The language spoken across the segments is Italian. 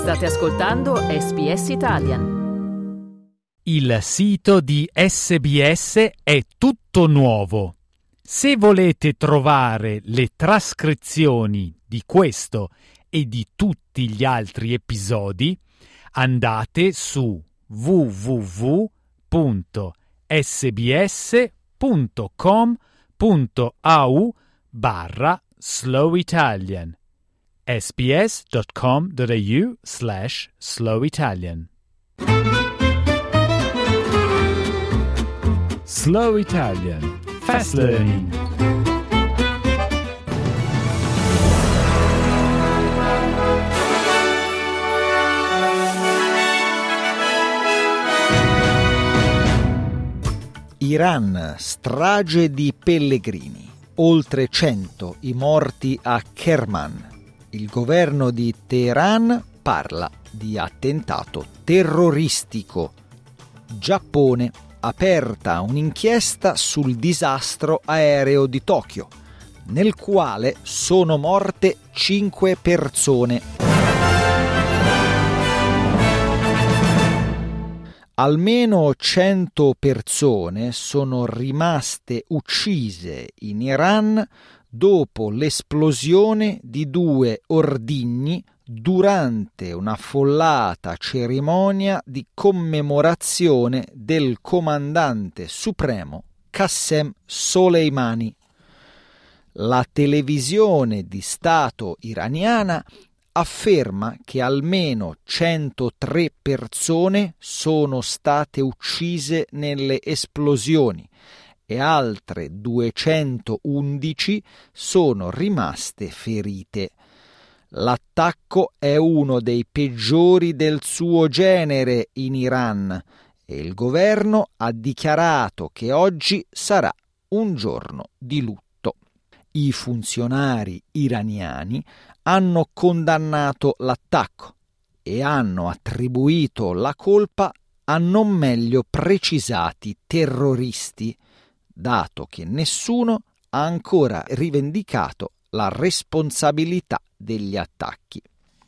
State ascoltando SBS Italian. Il sito di SBS è tutto nuovo. Se volete trovare le trascrizioni di questo e di tutti gli altri episodi, andate su www.sbs.com.au/slowitalian sbs.com.au/slowitalian. Slow Italian. Fast Learning. Iran, strage di pellegrini. Oltre 100 i morti a Kerman. Il governo di Teheran parla di attentato terroristico. Giappone, aperta un'inchiesta sul disastro aereo di Tokyo, nel quale sono morte 5 persone. Almeno 100 persone sono rimaste uccise in Iran dopo l'esplosione di 2 ordigni durante un'affollata cerimonia di commemorazione del comandante supremo Qassem Soleimani. La televisione di Stato iraniana afferma che almeno 103 persone sono state uccise nelle esplosioni e altre 211 sono rimaste ferite. L'attacco è uno dei peggiori del suo genere in Iran e il governo ha dichiarato che oggi sarà un giorno di lutto. I funzionari iraniani hanno condannato l'attacco e hanno attribuito la colpa a non meglio precisati terroristi, dato che nessuno ha ancora rivendicato la responsabilità degli attacchi.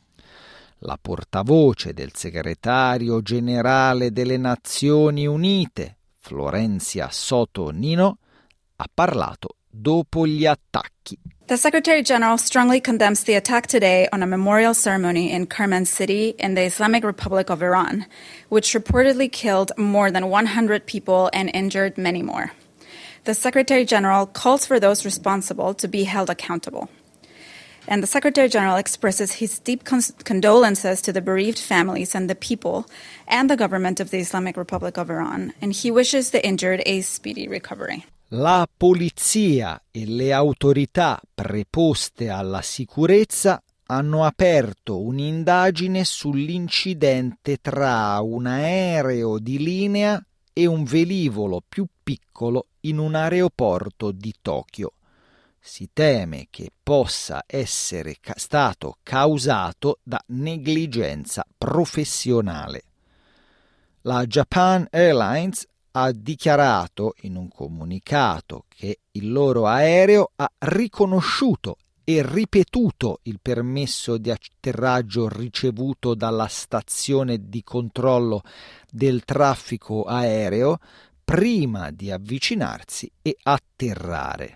La portavoce del segretario generale delle Nazioni Unite, Florencia Soto Nino, ha parlato dopo gli attacchi. The Secretary General strongly condemns the attack today on a memorial ceremony in Kerman City in the Islamic Republic of Iran, which reportedly killed more than 100 people and injured many more. The Secretary General calls for those responsible to be held accountable. And the Secretary General expresses his deep condolences to the bereaved families and the people and the government of the Islamic Republic of Iran, and he wishes the injured a speedy recovery. La polizia e le autorità preposte alla sicurezza hanno aperto un'indagine sull'incidente tra un aereo di linea e un velivolo più piccolo in un aeroporto di Tokyo. Si teme che possa essere stato causato da negligenza professionale. La Japan Airlines ha dichiarato in un comunicato che il loro aereo ha riconosciuto e ripetuto il permesso di atterraggio ricevuto dalla stazione di controllo del traffico aereo prima di avvicinarsi e atterrare.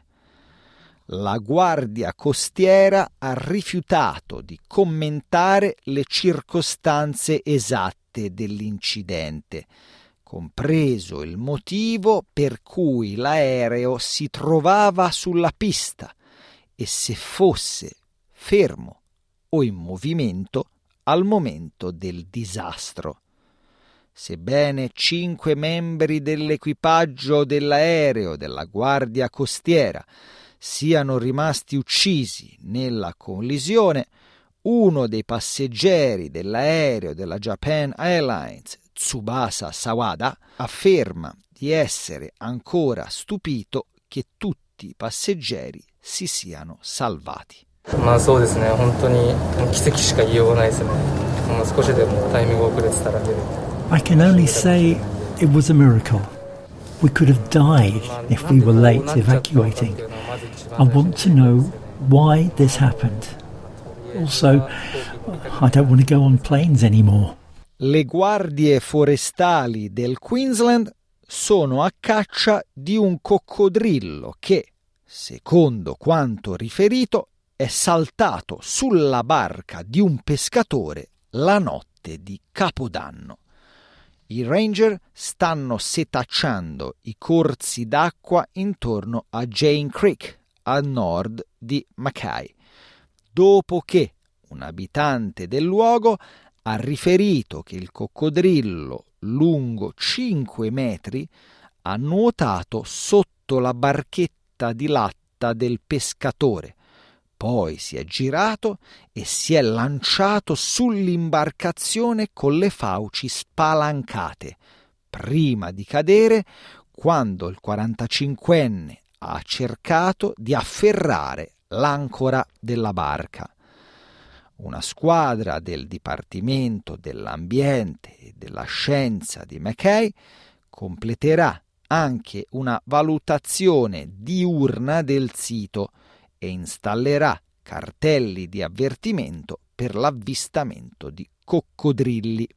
La Guardia Costiera ha rifiutato di commentare le circostanze esatte dell'incidente, compreso il motivo per cui l'aereo si trovava sulla pista e se fosse fermo o in movimento al momento del disastro. Sebbene 5 membri dell'equipaggio dell'aereo della Guardia Costiera siano rimasti uccisi nella collisione, uno dei passeggeri dell'aereo della Japan Airlines, Tsubasa Sawada, afferma di essere ancora stupito che tutti i passeggeri si siano salvati. そうですね、本当に奇跡しか言いようがないですね。少しでもタイミング遅れてたら。 I can only say it was a miracle. We could have died if we were late evacuating. I want to know why this happened. also, I don't want to go on planes anymore. Le guardie forestali del Queensland sono a caccia di un coccodrillo che, secondo quanto riferito, è saltato sulla barca di un pescatore la notte di Capodanno. I ranger stanno setacciando i corsi d'acqua intorno a Jane Creek, a nord di Mackay, dopo che un abitante del luogo ha riferito che il coccodrillo, lungo 5 metri, ha nuotato sotto la barchetta di latta del pescatore. Poi si è girato e si è lanciato sull'imbarcazione con le fauci spalancate, prima di cadere quando il 45enne ha cercato di afferrare l'ancora della barca. Una squadra del Dipartimento dell'Ambiente e della Scienza di Mackay completerà anche una valutazione diurna del sito e installerà cartelli di avvertimento per l'avvistamento di coccodrilli.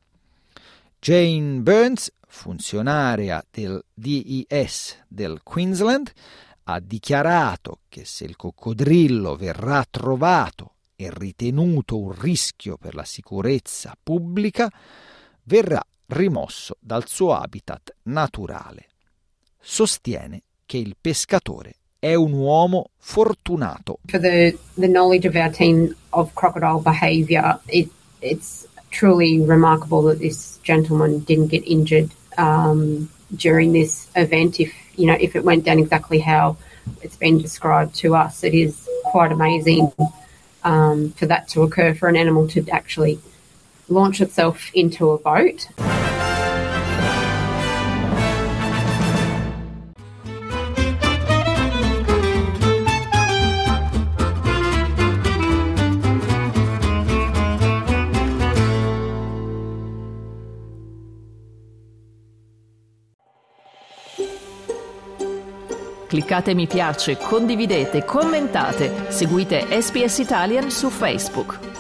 Jane Burns, funzionaria del DES del Queensland, ha dichiarato che se il coccodrillo verrà trovato e ritenuto un rischio per la sicurezza pubblica, verrà rimosso dal suo habitat naturale. Sostiene che il pescatore è un uomo fortunato. For the knowledge of our team of crocodile behaviour, it's truly remarkable that this gentleman didn't get injured during this event. If it went down exactly how it's been described to us, it is quite amazing for that to occur, for an animal to actually launch itself into a boat. Cliccate mi piace, condividete, commentate, seguite SBS Italian su Facebook.